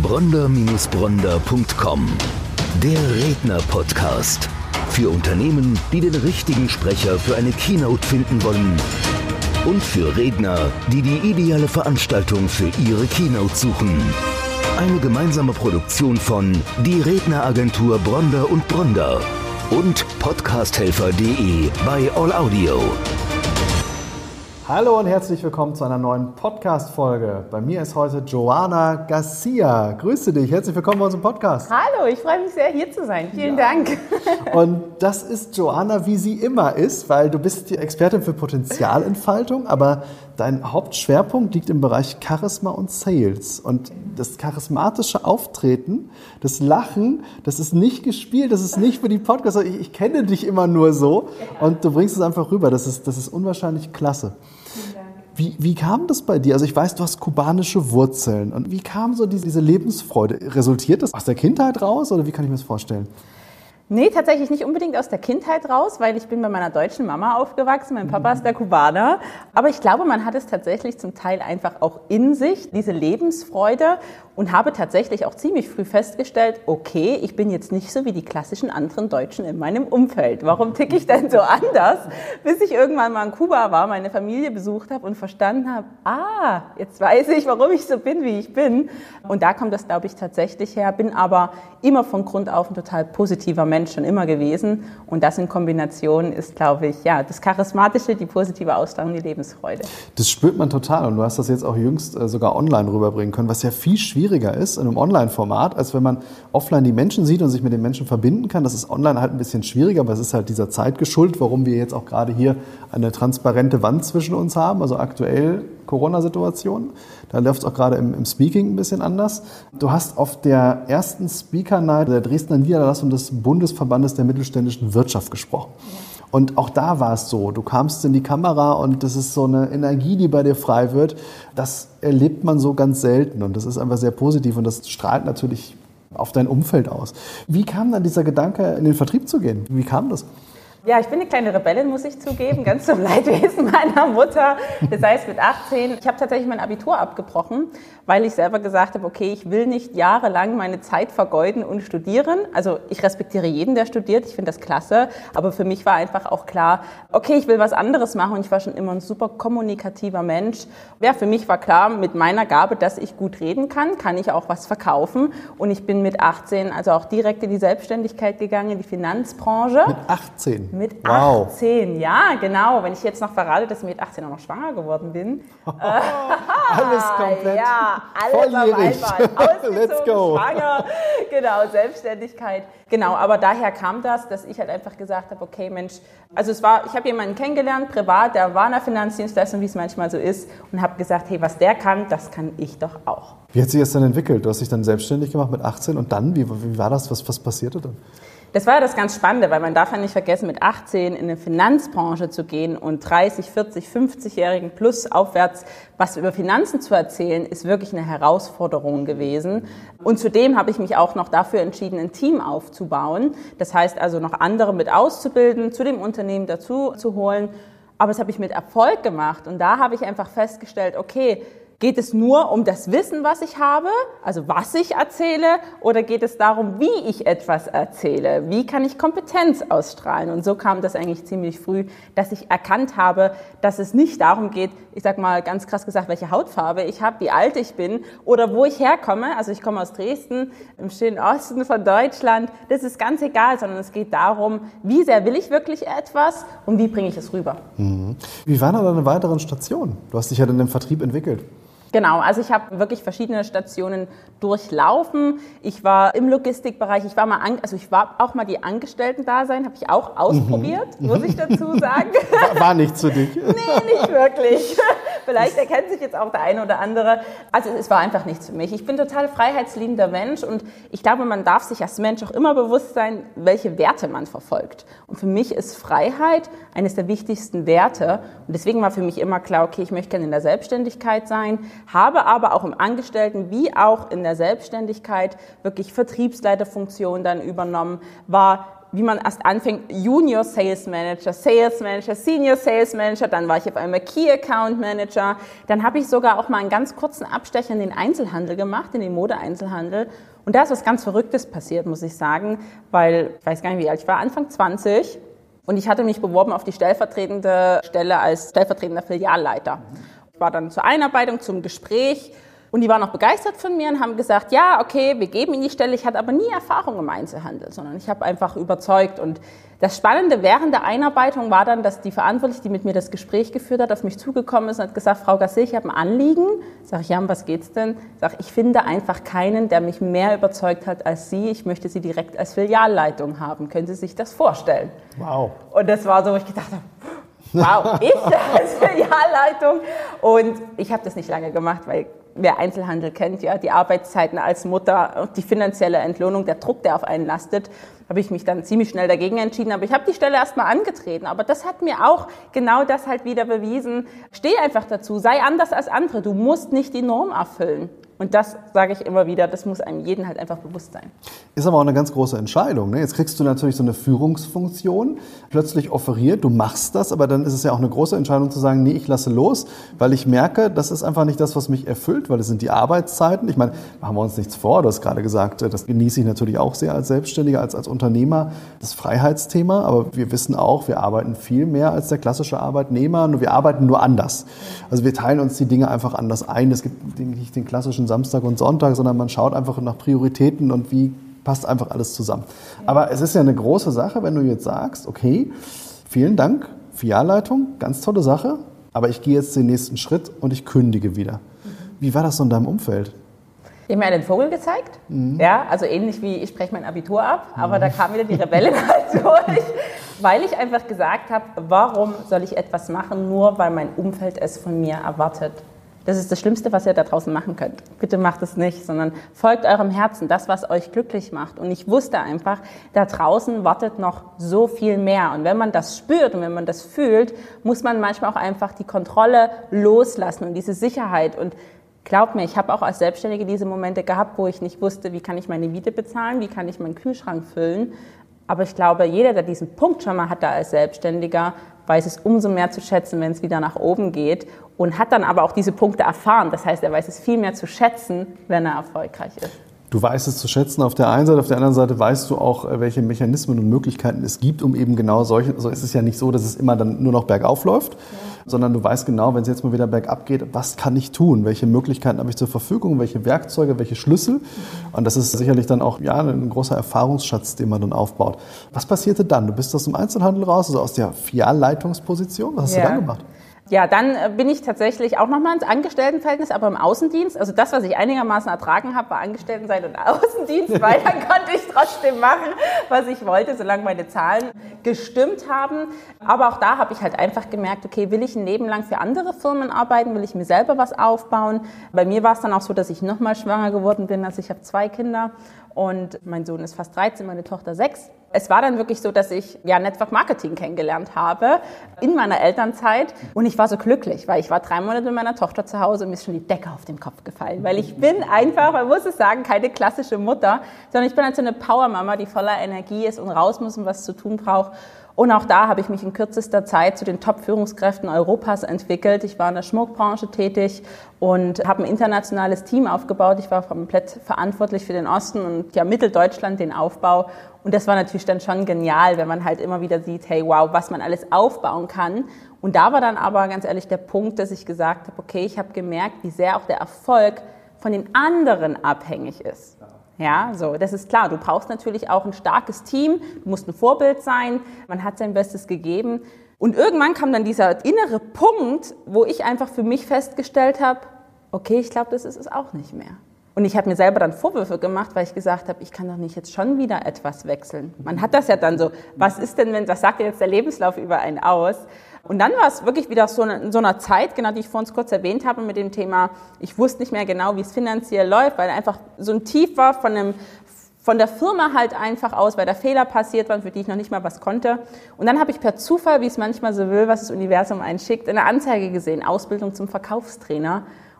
Bronder-Bronder.com. Der Redner-Podcast. Für Unternehmen, die den richtigen Sprecher für eine Keynote finden wollen. Und für Redner, die die ideale Veranstaltung für ihre Keynote suchen. Eine gemeinsame Produktion von die Redneragentur Bronder und Bronder und podcasthelfer.de bei All Audio. Hallo und herzlich willkommen zu einer neuen Podcast-Folge. Bei mir ist heute Joana Garcia. Grüße dich, herzlich willkommen bei unserem Podcast. Hallo, ich freue mich sehr, hier zu sein. Vielen Dank. Und das ist Joana, wie sie immer ist, weil du bist die Expertin für Potenzialentfaltung, aber dein Hauptschwerpunkt liegt im Bereich Charisma und Sales. Und das charismatische Auftreten, das Lachen, das ist nicht gespielt, das ist nicht für die Podcasts. Ich kenne dich immer nur so und du bringst es einfach rüber. Das ist unwahrscheinlich klasse. Wie kam das bei dir? Also ich weiß, du hast kubanische Wurzeln. Und wie kam so diese Lebensfreude? Resultiert das aus der Kindheit raus oder wie kann ich mir das vorstellen? Nee, tatsächlich nicht unbedingt aus der Kindheit raus, weil ich bin bei meiner deutschen Mama aufgewachsen, mein Papa ist der Kubaner. Aber ich glaube, man hat es tatsächlich zum Teil einfach auch in sich, diese Lebensfreude, und habe tatsächlich auch ziemlich früh festgestellt, okay, ich bin jetzt nicht so wie die klassischen anderen Deutschen in meinem Umfeld. Warum ticke ich denn so anders? Bis ich irgendwann mal in Kuba war, meine Familie besucht habe und verstanden habe, jetzt weiß ich, warum ich so bin, wie ich bin. Und da kommt das, glaube ich, tatsächlich her. Bin aber immer von Grund auf ein total positiver Mensch schon immer gewesen. Und das in Kombination ist, glaube ich, das Charismatische, die positive Ausstrahlung, die Lebensfreude. Das spürt man total. Und du hast das jetzt auch jüngst sogar online rüberbringen können, was ja viel schwieriger ist in einem Online-Format, als wenn man offline die Menschen sieht und sich mit den Menschen verbinden kann. Das ist online halt ein bisschen schwieriger, aber es ist halt dieser Zeit geschuldet, warum wir jetzt auch gerade hier eine transparente Wand zwischen uns haben, also aktuell Corona-Situation. Da läuft es auch gerade im Speaking ein bisschen anders. Du hast auf der ersten Speaker-Night der Dresdner Niederlassung des Bundesverbandes der mittelständischen Wirtschaft gesprochen. Und auch da war es so, du kamst in die Kamera und das ist so eine Energie, die bei dir frei wird. Das erlebt man so ganz selten und das ist einfach sehr positiv und das strahlt natürlich auf dein Umfeld aus. Wie kam dann dieser Gedanke, in den Vertrieb zu gehen? Wie kam das? Ja, ich bin eine kleine Rebellin, muss ich zugeben, ganz zum Leidwesen meiner Mutter. Das heißt, mit 18, ich habe tatsächlich mein Abitur abgebrochen, weil ich selber gesagt habe, okay, ich will nicht jahrelang meine Zeit vergeuden und studieren. Also ich respektiere jeden, der studiert, ich finde das klasse, aber für mich war einfach auch klar, okay, ich will was anderes machen und ich war schon immer ein super kommunikativer Mensch. Ja, für mich war klar, mit meiner Gabe, dass ich gut reden kann ich auch was verkaufen und ich bin mit 18 also auch direkt in die Selbstständigkeit gegangen, in die Finanzbranche. Mit 18? Mit 18, ja, genau. Wenn ich jetzt noch verrate, dass ich mit 18 auch noch schwanger geworden bin. Alles komplett alles auf einmal. Ausgezogen, Let's go. Schwanger, genau, Selbstständigkeit. Genau, aber daher kam das, dass ich halt einfach gesagt habe, okay, Mensch, also ich habe jemanden kennengelernt, privat, der war in der Finanzdienstleistung, wie es manchmal so ist, und habe gesagt, hey, was der kann, das kann ich doch auch. Wie hat sich das dann entwickelt? Du hast dich dann selbstständig gemacht mit 18 und dann, wie war das? Was passierte dann? Das war ja das ganz Spannende, weil man darf ja nicht vergessen, mit 18 in eine Finanzbranche zu gehen und 30, 40, 50-Jährigen plus aufwärts was über Finanzen zu erzählen, ist wirklich eine Herausforderung gewesen. Und zudem habe ich mich auch noch dafür entschieden, ein Team aufzubauen. Das heißt also noch andere mit auszubilden, zu dem Unternehmen dazu zu holen. Aber das habe ich mit Erfolg gemacht und da habe ich einfach festgestellt, okay, geht es nur um das Wissen, was ich habe, also was ich erzähle, oder geht es darum, wie ich etwas erzähle? Wie kann ich Kompetenz ausstrahlen? Und so kam das eigentlich ziemlich früh, dass ich erkannt habe, dass es nicht darum geht, ich sag mal ganz krass gesagt, welche Hautfarbe ich habe, wie alt ich bin oder wo ich herkomme. Also ich komme aus Dresden, im schönen Osten von Deutschland. Das ist ganz egal, sondern es geht darum, wie sehr will ich wirklich etwas und wie bringe ich es rüber. Wie waren da deine weiteren Stationen? Du hast dich ja dann im Vertrieb entwickelt. Genau, also ich habe wirklich verschiedene Stationen durchlaufen. Ich war im Logistikbereich, ich war auch mal die Angestellten-Dasein, habe ich auch ausprobiert, muss ich dazu sagen. War nichts für dich? Nee, nicht wirklich. Vielleicht erkennt sich jetzt auch der eine oder andere. Also es war einfach nichts für mich. Ich bin total freiheitsliebender Mensch und ich glaube, man darf sich als Mensch auch immer bewusst sein, welche Werte man verfolgt. Und für mich ist Freiheit eines der wichtigsten Werte. Und deswegen war für mich immer klar, okay, ich möchte gerne in der Selbstständigkeit sein, habe aber auch im Angestellten wie auch in der Selbstständigkeit wirklich Vertriebsleiterfunktion dann übernommen, war wie man erst anfängt, Junior Sales Manager, Senior Sales Manager, dann war ich auf einmal Key Account Manager. Dann habe ich sogar auch mal einen ganz kurzen Abstecher in den Einzelhandel gemacht, in den Modeeinzelhandel. Und da ist was ganz Verrücktes passiert, muss ich sagen, weil, ich weiß gar nicht, wie alt ich war, Anfang 20. Und ich hatte mich beworben auf die stellvertretende Stelle als stellvertretender Filialleiter. Ich war dann zur Einarbeitung, zum Gespräch. Und die waren auch begeistert von mir und haben gesagt, ja, okay, wir geben Ihnen die Stelle. Ich hatte aber nie Erfahrung im Einzelhandel, sondern ich habe einfach überzeugt. Und das Spannende während der Einarbeitung war dann, dass die Verantwortliche, die mit mir das Gespräch geführt hat, auf mich zugekommen ist und hat gesagt, Frau Gassé, ich habe ein Anliegen. Sag ich, ja, um was geht's denn? Sag ich finde einfach keinen, der mich mehr überzeugt hat als Sie. Ich möchte Sie direkt als Filialleitung haben. Können Sie sich das vorstellen? Wow. Und das war so, wo ich gedacht habe, wow, ich als Filialleitung. Und ich habe das nicht lange gemacht, weil wer Einzelhandel kennt, ja, die Arbeitszeiten als Mutter und die finanzielle Entlohnung, der Druck, der auf einen lastet, habe ich mich dann ziemlich schnell dagegen entschieden. Aber ich habe die Stelle erstmal angetreten. Aber das hat mir auch genau das halt wieder bewiesen. Steh einfach dazu, sei anders als andere. Du musst nicht die Norm erfüllen. Und das sage ich immer wieder, das muss einem jeden halt einfach bewusst sein. Ist aber auch eine ganz große Entscheidung, ne? Jetzt kriegst du natürlich so eine Führungsfunktion, plötzlich offeriert, du machst das, aber dann ist es ja auch eine große Entscheidung zu sagen, nee, ich lasse los, weil ich merke, das ist einfach nicht das, was mich erfüllt, weil es sind die Arbeitszeiten. Ich meine, machen wir uns nichts vor, du hast gerade gesagt, das genieße ich natürlich auch sehr als Selbstständiger, als Unternehmer, das Freiheitsthema, aber wir wissen auch, wir arbeiten viel mehr als der klassische Arbeitnehmer, nur wir arbeiten nur anders. Also wir teilen uns die Dinge einfach anders ein. Es gibt nicht den klassischen Samstag und Sonntag, sondern man schaut einfach nach Prioritäten und wie passt einfach alles zusammen. Aber es ist ja eine große Sache, wenn du jetzt sagst, okay, vielen Dank, Filialleitung, ganz tolle Sache, aber ich gehe jetzt den nächsten Schritt und ich kündige wieder. Wie war das so in deinem Umfeld? Ich habe mir einen Vogel gezeigt, ja, also ähnlich wie ich spreche mein Abitur ab, aber da kam wieder die Rebellin halt durch, weil ich einfach gesagt habe, warum soll ich etwas machen, nur weil mein Umfeld es von mir erwartet. Das ist das Schlimmste, was ihr da draußen machen könnt. Bitte macht es nicht, sondern folgt eurem Herzen, das, was euch glücklich macht. Und ich wusste einfach, da draußen wartet noch so viel mehr. Und wenn man das spürt und wenn man das fühlt, muss man manchmal auch einfach die Kontrolle loslassen und diese Sicherheit. Und glaubt mir, ich habe auch als Selbstständige diese Momente gehabt, wo ich nicht wusste, wie kann ich meine Miete bezahlen, wie kann ich meinen Kühlschrank füllen. Aber ich glaube, jeder, der diesen Punkt schon mal hatte als Selbstständiger, weiß es umso mehr zu schätzen, wenn es wieder nach oben geht und hat dann aber auch diese Punkte erfahren. Das heißt, er weiß es viel mehr zu schätzen, wenn er erfolgreich ist. Du weißt es zu schätzen auf der einen Seite, auf der anderen Seite weißt du auch, welche Mechanismen und Möglichkeiten es gibt, um eben genau solche, also es ist ja nicht so, dass es immer dann nur noch bergauf läuft, sondern du weißt genau, wenn es jetzt mal wieder bergab geht, was kann ich tun, welche Möglichkeiten habe ich zur Verfügung, welche Werkzeuge, welche Schlüssel, und das ist sicherlich dann auch ja, ein großer Erfahrungsschatz, den man dann aufbaut. Was passierte dann? Du bist aus dem Einzelhandel raus, also aus der Filialleitungsposition, was hast du dann gemacht? Ja, dann bin ich tatsächlich auch nochmal ins Angestelltenverhältnis, aber im Außendienst. Also das, was ich einigermaßen ertragen habe, war Angestelltenseite und Außendienst, weil dann konnte ich trotzdem machen, was ich wollte, solange meine Zahlen gestimmt haben. Aber auch da habe ich halt einfach gemerkt, okay, will ich ein Leben lang für andere Firmen arbeiten, will ich mir selber was aufbauen? Bei mir war es dann auch so, dass ich nochmal schwanger geworden bin, also ich habe 2 Kinder. Und mein Sohn ist fast 13, meine Tochter 6. Es war dann wirklich so, dass ich ja Network Marketing kennengelernt habe in meiner Elternzeit. Und ich war so glücklich, weil ich war 3 Monate mit meiner Tochter zu Hause und mir ist schon die Decke auf den Kopf gefallen. Weil ich bin einfach, man muss es sagen, keine klassische Mutter, sondern ich bin halt so eine Powermama, die voller Energie ist und raus muss und was zu tun braucht. Und auch da habe ich mich in kürzester Zeit zu den Top-Führungskräften Europas entwickelt. Ich war in der Schmuckbranche tätig und habe ein internationales Team aufgebaut. Ich war komplett verantwortlich für den Osten und ja, Mitteldeutschland, den Aufbau. Und das war natürlich dann schon genial, wenn man halt immer wieder sieht, hey, wow, was man alles aufbauen kann. Und da war dann aber ganz ehrlich der Punkt, dass ich gesagt habe, okay, ich habe gemerkt, wie sehr auch der Erfolg von den anderen abhängig ist. Ja, so, das ist klar. Du brauchst natürlich auch ein starkes Team. Du musst ein Vorbild sein. Man hat sein Bestes gegeben. Und irgendwann kam dann dieser innere Punkt, wo ich einfach für mich festgestellt habe, okay, ich glaube, das ist es auch nicht mehr. Und ich habe mir selber dann Vorwürfe gemacht, weil ich gesagt habe, ich kann doch nicht jetzt schon wieder etwas wechseln. Man hat das ja dann so, was ist denn, was sagt denn jetzt der Lebenslauf über einen aus? Und dann war es wirklich wieder in so einer Zeit, genau die ich vorhin kurz erwähnt habe, mit dem Thema, ich wusste nicht mehr genau, wie es finanziell läuft, weil einfach so ein Tief war von der Firma halt einfach aus, weil da Fehler passiert waren, für die ich noch nicht mal was konnte. Und dann habe ich per Zufall, wie es manchmal so will, was das Universum einschickt, eine Anzeige gesehen, Ausbildung zum Verkaufstrainer.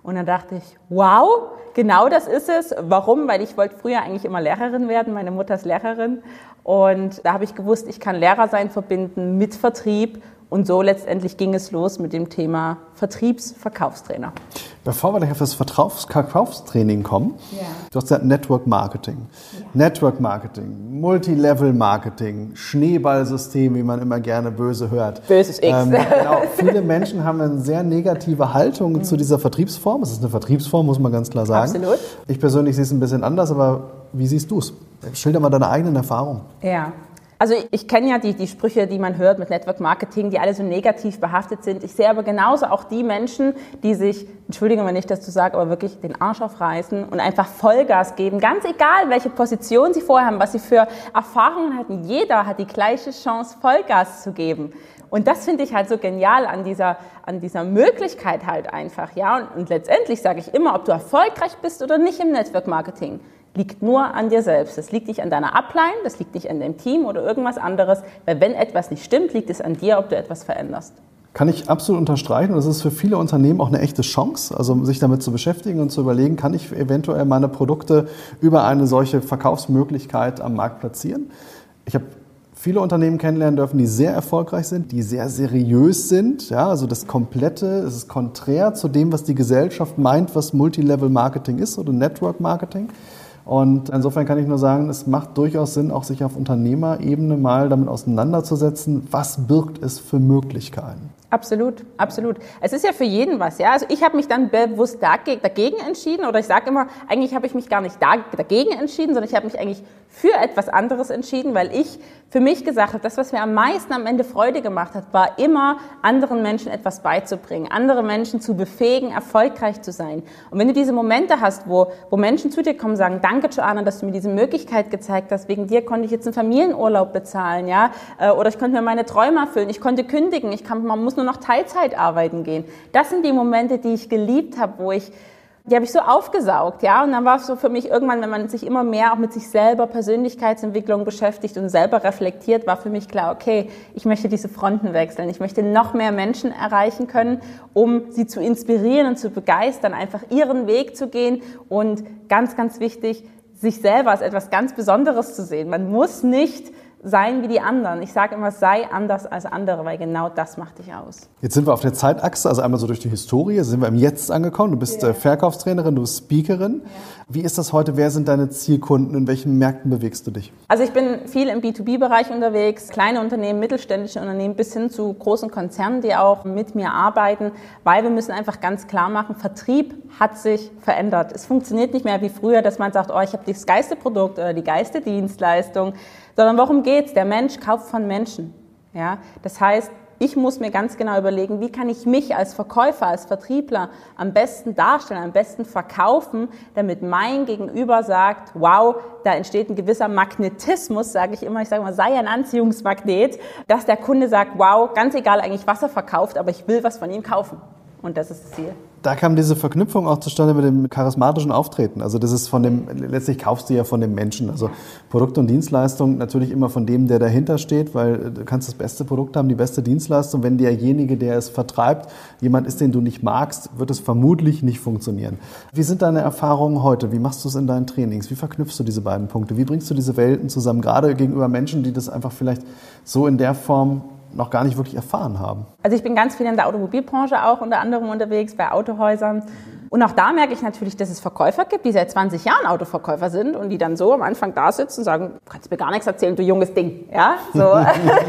Und dann dachte ich, wow, genau das ist es. Warum? Weil ich wollte früher eigentlich immer Lehrerin werden. Meine Mutter ist Lehrerin. Und da habe ich gewusst, ich kann Lehrer sein verbinden mit Vertrieb. Und so letztendlich ging es los mit dem Thema Vertriebsverkaufstrainer. Bevor wir gleich auf das Verkaufstraining kommen, du hast gesagt Network Marketing. Ja. Network Marketing, Multilevel Marketing, Schneeballsystem, wie man immer gerne böse hört. Böses X. Genau, viele Menschen haben eine sehr negative Haltung zu dieser Vertriebsform. Es ist eine Vertriebsform, muss man ganz klar sagen. Absolut. Ich persönlich sehe es ein bisschen anders, aber wie siehst du es? Schilder mal deine eigenen Erfahrungen. Ja. Also ich kenne ja die Sprüche, die man hört mit Network Marketing, die alle so negativ behaftet sind. Ich sehe aber genauso auch die Menschen, die sich, Entschuldigung, wenn ich das so sage, aber wirklich den Arsch aufreißen und einfach Vollgas geben. Ganz egal, welche Position sie vorher haben, was sie für Erfahrungen hatten. Jeder hat die gleiche Chance, Vollgas zu geben. Und das finde ich halt so genial an dieser Möglichkeit halt einfach. Ja? Und letztendlich sage ich immer, ob du erfolgreich bist oder nicht im Network Marketing, liegt nur an dir selbst. Das liegt nicht an deiner Upline, das liegt nicht an dem Team oder irgendwas anderes. Weil wenn etwas nicht stimmt, liegt es an dir, ob du etwas veränderst. Kann ich absolut unterstreichen. Und das ist für viele Unternehmen auch eine echte Chance, also sich damit zu beschäftigen und zu überlegen, kann ich eventuell meine Produkte über eine solche Verkaufsmöglichkeit am Markt platzieren. Ich habe viele Unternehmen kennenlernen dürfen, die sehr erfolgreich sind, die sehr seriös sind. Ja, also das Komplette, es ist konträr zu dem, was die Gesellschaft meint, was Multilevel-Marketing ist oder Network-Marketing. Und insofern kann ich nur sagen, es macht durchaus Sinn, auch sich auf Unternehmerebene mal damit auseinanderzusetzen, was birgt es für Möglichkeiten. Absolut, absolut. Es ist ja für jeden was, ja. Also ich habe mich dann bewusst dagegen entschieden, oder ich sage immer, eigentlich habe ich mich gar nicht dagegen entschieden, sondern ich habe mich eigentlich für etwas anderes entschieden, weil ich für mich gesagt habe, das, was mir am meisten am Ende Freude gemacht hat, war immer, anderen Menschen etwas beizubringen, andere Menschen zu befähigen, erfolgreich zu sein. Und wenn du diese Momente hast, wo Menschen zu dir kommen und sagen, danke Joanna, dass du mir diese Möglichkeit gezeigt hast, wegen dir konnte ich jetzt einen Familienurlaub bezahlen, ja, oder ich konnte mir meine Träume erfüllen, ich konnte kündigen, man muss nur noch Teilzeit arbeiten gehen. Das sind die Momente, die ich geliebt habe, die habe ich so aufgesaugt, ja. Und dann war es so für mich irgendwann, wenn man sich immer mehr auch mit sich selber, Persönlichkeitsentwicklung beschäftigt und selber reflektiert, war für mich klar, okay, ich möchte diese Fronten wechseln. Ich möchte noch mehr Menschen erreichen können, um sie zu inspirieren und zu begeistern, einfach ihren Weg zu gehen und ganz, ganz wichtig, sich selber als etwas ganz Besonderes zu sehen. Man muss nicht sein wie die anderen. Ich sage immer, sei anders als andere, weil genau das macht dich aus. Jetzt sind wir auf der Zeitachse, also einmal so durch die Historie, sind wir im Jetzt angekommen. Du bist Verkaufstrainerin, du bist Speakerin. Ja. Wie ist das heute? Wer sind deine Zielkunden? In welchen Märkten bewegst du dich? Also ich bin viel im B2B-Bereich unterwegs, kleine Unternehmen, mittelständische Unternehmen bis hin zu großen Konzernen, die auch mit mir arbeiten, weil wir müssen einfach ganz klar machen, Vertrieb hat sich verändert. Es funktioniert nicht mehr wie früher, dass man sagt, ich habe das geilste Produkt oder die geilste Dienstleistung, sondern worum geht's? Der Mensch kauft von Menschen. Ja? Das heißt, ich muss mir ganz genau überlegen, wie kann ich mich als Verkäufer, als Vertriebler am besten darstellen, am besten verkaufen, damit mein Gegenüber sagt, wow, da entsteht ein gewisser Magnetismus, sage ich immer, sei ein Anziehungsmagnet, dass der Kunde sagt, wow, ganz egal eigentlich, was er verkauft, aber ich will was von ihm kaufen. Und das ist das Ziel. Da kam diese Verknüpfung auch zustande mit dem charismatischen Auftreten. Also das ist letztlich kaufst du ja von dem Menschen. Also Produkte und Dienstleistungen natürlich immer von dem, der dahinter steht, weil du kannst das beste Produkt haben, die beste Dienstleistung. Wenn derjenige, der es vertreibt, jemand ist, den du nicht magst, wird es vermutlich nicht funktionieren. Wie sind deine Erfahrungen heute? Wie machst du es in deinen Trainings? Wie verknüpfst du diese beiden Punkte? Wie bringst du diese Welten zusammen, gerade gegenüber Menschen, die das einfach vielleicht so in der Form noch gar nicht wirklich erfahren haben? Also ich bin ganz viel in der Automobilbranche auch unter anderem unterwegs, bei Autohäusern. Und auch da merke ich natürlich, dass es Verkäufer gibt, die seit 20 Jahren Autoverkäufer sind und die dann so am Anfang da sitzen und sagen, du kannst mir gar nichts erzählen, du junges Ding. Ja? So. Und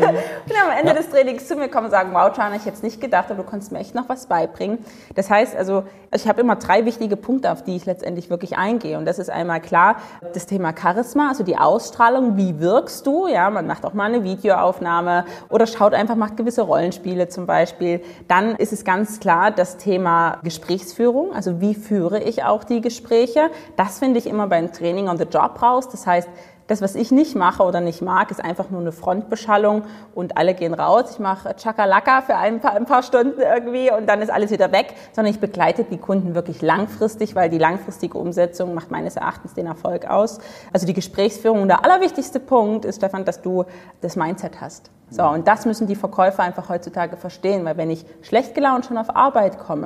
am Ende des Trainings zu mir kommen und sagen, wow, Joanna, ich hätte es nicht gedacht, aber du konntest mir echt noch was beibringen. Das heißt also, ich habe immer 3 wichtige Punkte, auf die ich letztendlich wirklich eingehe. Und das ist einmal klar, das Thema Charisma, also die Ausstrahlung, wie wirkst du? Ja, man macht auch mal eine Videoaufnahme oder macht gewisse Rollenspiele zum Beispiel. Dann ist es ganz klar das Thema Gesprächsführung, also wie führe ich auch die Gespräche. Das finde ich immer beim Training on the Job raus. Das heißt, das, was ich nicht mache oder nicht mag, ist einfach nur eine Frontbeschallung und alle gehen raus. Ich mache Chakalaka für ein paar Stunden irgendwie und dann ist alles wieder weg, sondern ich begleite die Kunden wirklich langfristig, weil die langfristige Umsetzung macht meines Erachtens den Erfolg aus. Also die Gesprächsführung. Und der allerwichtigste Punkt ist, Stefan, dass du das Mindset hast. So, und das müssen die Verkäufer einfach heutzutage verstehen, weil wenn ich schlecht gelaunt schon auf Arbeit komme,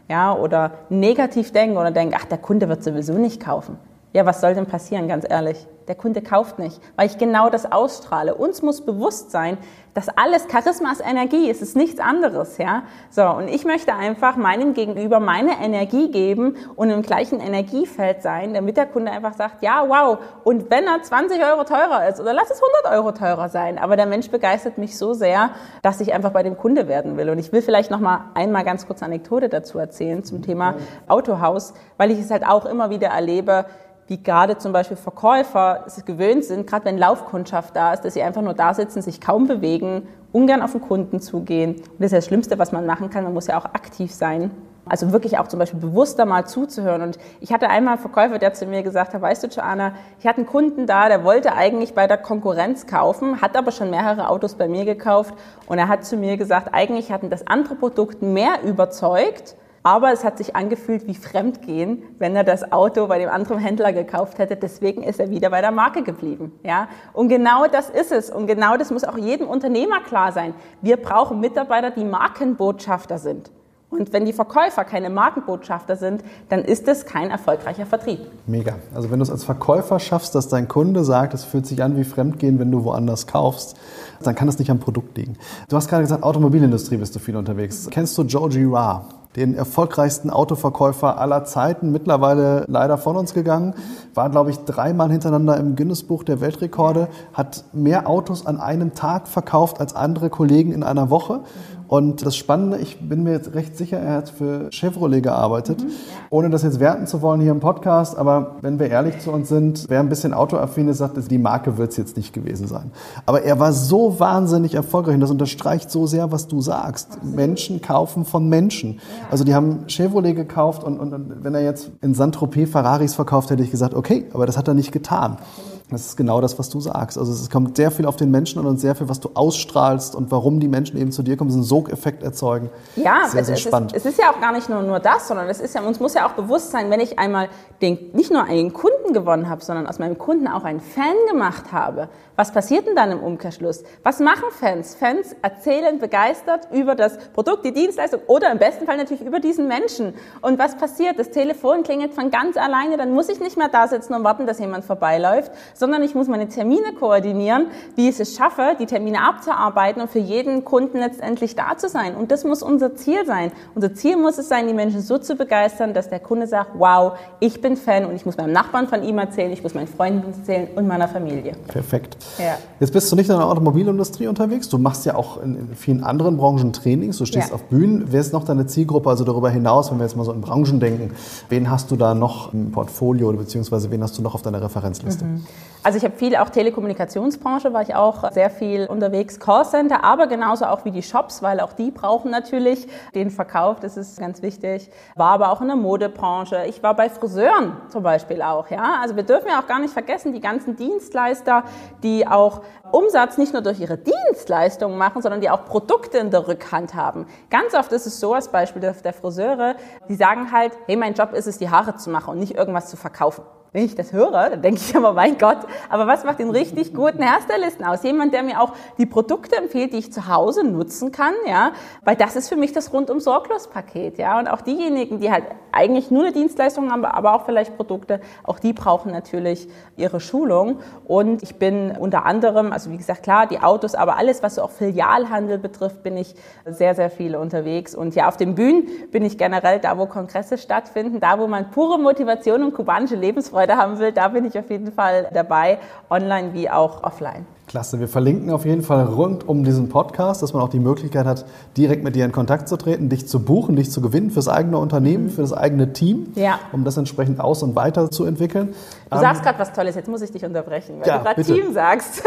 ja, oder negativ denke oder denke, ach, der Kunde wird sowieso nicht kaufen. Ja, was soll denn passieren, ganz ehrlich? Der Kunde kauft nicht, weil ich genau das ausstrahle. Uns muss bewusst sein, dass alles Charisma ist Energie, es ist nichts anderes, ja. So, und ich möchte einfach meinem Gegenüber meine Energie geben und im gleichen Energiefeld sein, damit der Kunde einfach sagt, ja, wow. Und wenn er 20 Euro teurer ist oder lass es 100 Euro teurer sein, aber der Mensch begeistert mich so sehr, dass ich einfach bei dem Kunde werden will. Und ich will vielleicht noch mal einmal ganz kurz eine Anekdote dazu erzählen zum Thema Autohaus, weil ich es halt auch immer wieder erlebe, wie gerade zum Beispiel Verkäufer es gewöhnt sind, gerade wenn Laufkundschaft da ist, dass sie einfach nur da sitzen, sich kaum bewegen, ungern auf den Kunden zugehen. Und das ist ja das Schlimmste, was man machen kann. Man muss ja auch aktiv sein. Also wirklich auch zum Beispiel bewusster mal zuzuhören. Und ich hatte einmal einen Verkäufer, der zu mir gesagt hat, weißt du, Joanna, ich hatte einen Kunden da, der wollte eigentlich bei der Konkurrenz kaufen, hat aber schon mehrere Autos bei mir gekauft. Und er hat zu mir gesagt, eigentlich hatten das andere Produkt mehr überzeugt, aber es hat sich angefühlt wie Fremdgehen, wenn er das Auto bei dem anderen Händler gekauft hätte. Deswegen ist er wieder bei der Marke geblieben. Ja? Und genau das ist es. Und genau das muss auch jedem Unternehmer klar sein. Wir brauchen Mitarbeiter, die Markenbotschafter sind. Und wenn die Verkäufer keine Markenbotschafter sind, dann ist es kein erfolgreicher Vertrieb. Mega. Also wenn du es als Verkäufer schaffst, dass dein Kunde sagt, es fühlt sich an wie Fremdgehen, wenn du woanders kaufst, dann kann es nicht am Produkt liegen. Du hast gerade gesagt, Automobilindustrie bist du viel unterwegs. Kennst du Joe Girard? Den erfolgreichsten Autoverkäufer aller Zeiten, mittlerweile leider von uns gegangen, war, glaube ich, 3-mal hintereinander im Guinness-Buch der Weltrekorde, hat mehr Autos an einem Tag verkauft als andere Kollegen in einer Woche. Und das Spannende, ich bin mir jetzt recht sicher, er hat für Chevrolet gearbeitet, ohne das jetzt werten zu wollen hier im Podcast, aber wenn wir ehrlich zu uns sind, wer ein bisschen autoaffin ist, sagt, die Marke wird es jetzt nicht gewesen sein. Aber er war so wahnsinnig erfolgreich und das unterstreicht so sehr, was du sagst. Absolut. Menschen kaufen von Menschen. Also die haben Chevrolet gekauft und wenn er jetzt in Saint-Tropez Ferraris verkauft, hätte ich gesagt, okay, aber das hat er nicht getan. Das ist genau das, was du sagst. Also es kommt sehr viel auf den Menschen an und sehr viel, was du ausstrahlst und warum die Menschen eben zu dir kommen, so einen Sogeffekt erzeugen. Ja, sehr, sehr spannend. Es ist ja auch gar nicht nur das, sondern es ist ja, uns muss ja auch bewusst sein, wenn ich einmal nicht nur einen Kunden gewonnen habe, sondern aus meinem Kunden auch einen Fan gemacht habe. Was passiert denn dann im Umkehrschluss? Was machen Fans? Fans erzählen begeistert über das Produkt, die Dienstleistung oder im besten Fall natürlich über diesen Menschen. Und was passiert? Das Telefon klingelt von ganz alleine, dann muss ich nicht mehr da sitzen und warten, dass jemand vorbeiläuft, sondern ich muss meine Termine koordinieren, wie ich es schaffe, die Termine abzuarbeiten und für jeden Kunden letztendlich da zu sein. Und das muss unser Ziel sein. Unser Ziel muss es sein, die Menschen so zu begeistern, dass der Kunde sagt, wow, ich bin Fan und ich muss meinem Nachbarn von ihm erzählen, ich muss meinen Freunden erzählen und meiner Familie. Perfekt. Ja. Jetzt bist du nicht in der Automobilindustrie unterwegs, du machst ja auch in vielen anderen Branchen Trainings, du stehst auf Bühnen. Wer ist noch deine Zielgruppe, also darüber hinaus, wenn wir jetzt mal so in Branchen denken, wen hast du da noch im Portfolio oder beziehungsweise wen hast du noch auf deiner Referenzliste? Also ich habe viel auch Telekommunikationsbranche, war ich auch sehr viel unterwegs, Callcenter, aber genauso auch wie die Shops, weil auch die brauchen natürlich den Verkauf, das ist ganz wichtig. War aber auch in der Modebranche, ich war bei Friseuren zum Beispiel auch, ja. Also wir dürfen ja auch gar nicht vergessen, die ganzen Dienstleister, die auch Umsatz nicht nur durch ihre Dienstleistungen machen, sondern die auch Produkte in der Rückhand haben. Ganz oft ist es so, als Beispiel der Friseure, die sagen halt, hey, mein Job ist es, die Haare zu machen und nicht irgendwas zu verkaufen. Wenn ich das höre, dann denke ich immer, mein Gott, aber was macht den richtig guten Hairstylisten aus? Jemand, der mir auch die Produkte empfiehlt, die ich zu Hause nutzen kann, ja, weil das ist für mich das Rundum-Sorglos-Paket, ja, und auch diejenigen, die halt eigentlich nur eine Dienstleistung haben, aber auch vielleicht Produkte, auch die brauchen natürlich ihre Schulung und ich bin unter anderem, also wie gesagt, klar, die Autos, aber alles, was so auch Filialhandel betrifft, bin ich sehr, sehr viel unterwegs und ja, auf den Bühnen bin ich generell da, wo Kongresse stattfinden, da, wo man pure Motivation und kubanische Lebensfreude haben will, da bin ich auf jeden Fall dabei, online wie auch offline. Klasse, wir verlinken auf jeden Fall rund um diesen Podcast, dass man auch die Möglichkeit hat, direkt mit dir in Kontakt zu treten, dich zu buchen, dich zu gewinnen fürs eigene Unternehmen, für das eigene Team, um das entsprechend aus- und weiterzuentwickeln. Du sagst gerade was Tolles, jetzt muss ich dich unterbrechen, weil du gerade bitte. Team sagst.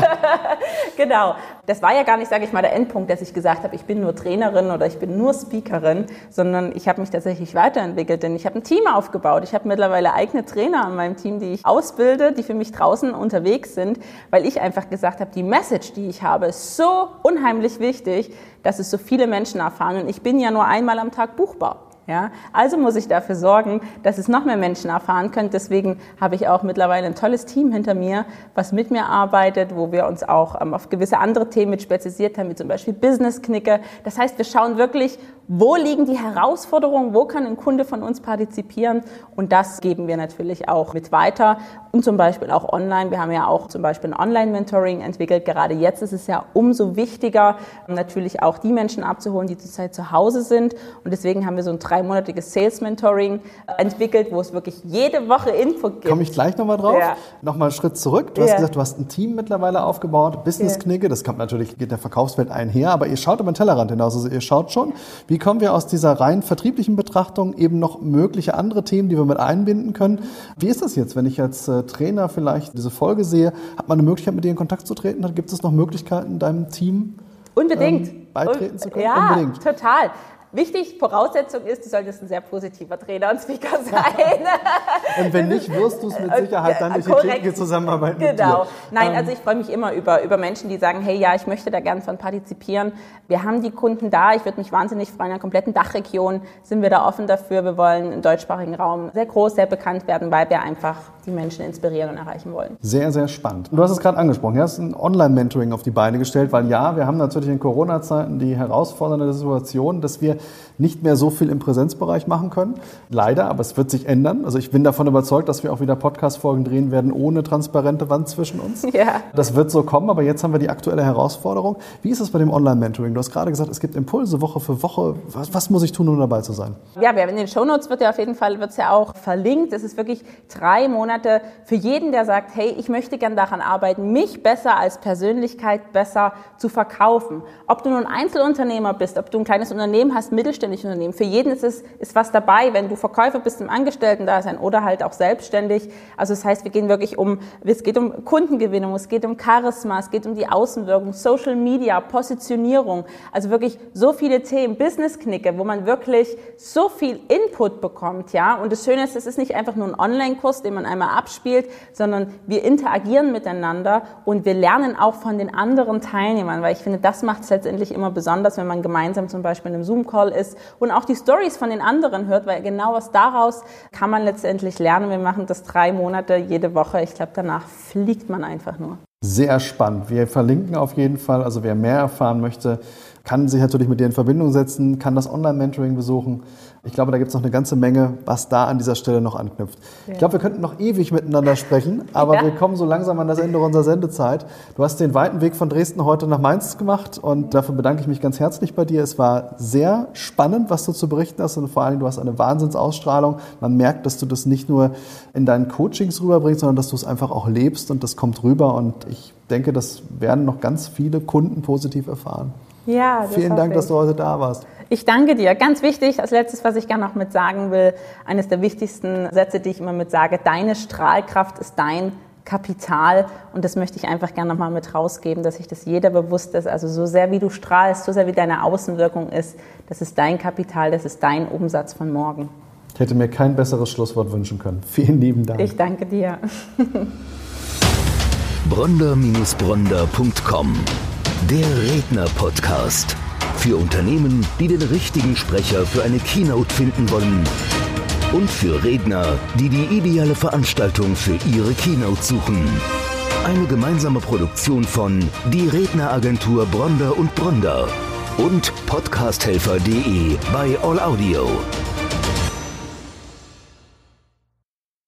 Genau, das war ja gar nicht, sage ich mal, der Endpunkt, dass ich gesagt habe, ich bin nur Trainerin oder ich bin nur Speakerin, sondern ich habe mich tatsächlich weiterentwickelt, denn ich habe ein Team aufgebaut. Ich habe mittlerweile eigene Trainer an meinem Team, die ich ausbilde, die für mich draußen unterwegs sind, weil ich einfach gesagt habe, die Message, die ich habe, ist so unheimlich wichtig, dass es so viele Menschen erfahren. Und ich bin ja nur einmal am Tag buchbar. Ja, also muss ich dafür sorgen, dass es noch mehr Menschen erfahren können. Deswegen habe ich auch mittlerweile ein tolles Team hinter mir, was mit mir arbeitet, wo wir uns auch auf gewisse andere Themen mit spezialisiert haben, wie zum Beispiel Business-Knicke. Das heißt, wir schauen wirklich wo liegen die Herausforderungen, wo kann ein Kunde von uns partizipieren und das geben wir natürlich auch mit weiter und zum Beispiel auch online. Wir haben ja auch zum Beispiel ein Online-Mentoring entwickelt. Gerade jetzt ist es ja umso wichtiger, natürlich auch die Menschen abzuholen, die zurzeit zu Hause sind und deswegen haben wir so ein 3-monatiges Sales-Mentoring entwickelt, wo es wirklich jede Woche Info gibt. Komme ich gleich nochmal drauf. Ja. Nochmal einen Schritt zurück. Du hast gesagt, du hast ein Team mittlerweile aufgebaut, Business-Knigge, das kommt natürlich, geht der Verkaufswelt einher, aber ihr schaut über den Tellerrand hinaus, also ihr schaut schon, wie kommen wir aus dieser rein vertrieblichen Betrachtung eben noch mögliche andere Themen, die wir mit einbinden können. Wie ist das jetzt, wenn ich als Trainer vielleicht diese Folge sehe, hat man eine Möglichkeit, mit dir in Kontakt zu treten? Gibt es noch Möglichkeiten, deinem Team beitreten zu können? Ja, unbedingt. Total. Wichtig, Voraussetzung ist, du solltest ein sehr positiver Trainer und Speaker sein. Und wenn nicht, wirst du es mit Sicherheit dann durch die tägliche Zusammenarbeit mit dir. Genau. Nein, also ich freue mich immer über Menschen, die sagen, hey, ja, ich möchte da gern von partizipieren. Wir haben die Kunden da. Ich würde mich wahnsinnig freuen. In der kompletten Dachregion sind wir da offen dafür. Wir wollen im deutschsprachigen Raum sehr groß, sehr bekannt werden, weil wir einfach die Menschen inspirieren und erreichen wollen. Sehr, sehr spannend. Du hast es gerade angesprochen. Du hast ein Online-Mentoring auf die Beine gestellt, weil ja, wir haben natürlich in Corona-Zeiten die herausfordernde Situation, dass wir nicht mehr so viel im Präsenzbereich machen können. Leider, aber es wird sich ändern. Also ich bin davon überzeugt, dass wir auch wieder Podcast-Folgen drehen werden ohne transparente Wand zwischen uns. Ja. Das wird so kommen, aber jetzt haben wir die aktuelle Herausforderung. Wie ist es bei dem Online-Mentoring? Du hast gerade gesagt, es gibt Impulse Woche für Woche. Was muss ich tun, um dabei zu sein? Ja, in den Shownotes wird ja auf jeden Fall wird's ja auch verlinkt. Es ist wirklich 3 Monate für jeden, der sagt, hey, ich möchte gern daran arbeiten, mich besser als Persönlichkeit besser zu verkaufen. Ob du nun Einzelunternehmer bist, ob du ein kleines Unternehmen hast, mittelständisches Unternehmen. Für jeden ist was dabei, wenn du Verkäufer bist im Angestellten-Dasein oder halt auch selbstständig. Also das heißt, es geht um Kundengewinnung, es geht um Charisma, es geht um die Außenwirkung, Social Media, Positionierung. Also wirklich so viele Themen, Business-Knicke, wo man wirklich so viel Input bekommt, ja. Und das Schöne ist, es ist nicht einfach nur ein Online-Kurs, den man einmal abspielt, sondern wir interagieren miteinander und wir lernen auch von den anderen Teilnehmern, weil ich finde, das macht es letztendlich immer besonders, wenn man gemeinsam zum Beispiel in einem Zoom-Call ist und auch die Stories von den anderen hört, weil genau was daraus kann man letztendlich lernen. Wir machen das 3 Monate jede Woche. Ich glaube, danach fliegt man einfach nur. Sehr spannend. Wir verlinken auf jeden Fall. Also wer mehr erfahren möchte, kann sich natürlich mit dir in Verbindung setzen, kann das Online-Mentoring besuchen. Ich glaube, da gibt es noch eine ganze Menge, was da an dieser Stelle noch anknüpft. Ja. Ich glaube, wir könnten noch ewig miteinander sprechen, aber wir kommen so langsam an das Ende unserer Sendezeit. Du hast den weiten Weg von Dresden heute nach Mainz gemacht und dafür bedanke ich mich ganz herzlich bei dir. Es war sehr spannend, was du zu berichten hast und vor allem, du hast eine Wahnsinnsausstrahlung. Man merkt, dass du das nicht nur in deinen Coachings rüberbringst, sondern dass du es einfach auch lebst und das kommt rüber und ich denke, das werden noch ganz viele Kunden positiv erfahren. Ja, vielen Dank, dass du heute da warst. Ich danke dir. Ganz wichtig, als letztes, was ich gerne noch mit sagen will, eines der wichtigsten Sätze, die ich immer mit sage, deine Strahlkraft ist dein Kapital und das möchte ich einfach gerne nochmal mit rausgeben, dass sich das jeder bewusst ist. Also so sehr wie du strahlst, so sehr wie deine Außenwirkung ist, das ist dein Kapital, das ist dein Umsatz von morgen. Ich hätte mir kein besseres Schlusswort wünschen können. Vielen lieben Dank. Ich danke dir. Bronder-Bronder.com Der Redner-Podcast. Für Unternehmen, die den richtigen Sprecher für eine Keynote finden wollen. Und für Redner, die die ideale Veranstaltung für ihre Keynote suchen. Eine gemeinsame Produktion von die Redneragentur Bronder und Bronder und podcasthelfer.de bei All Audio.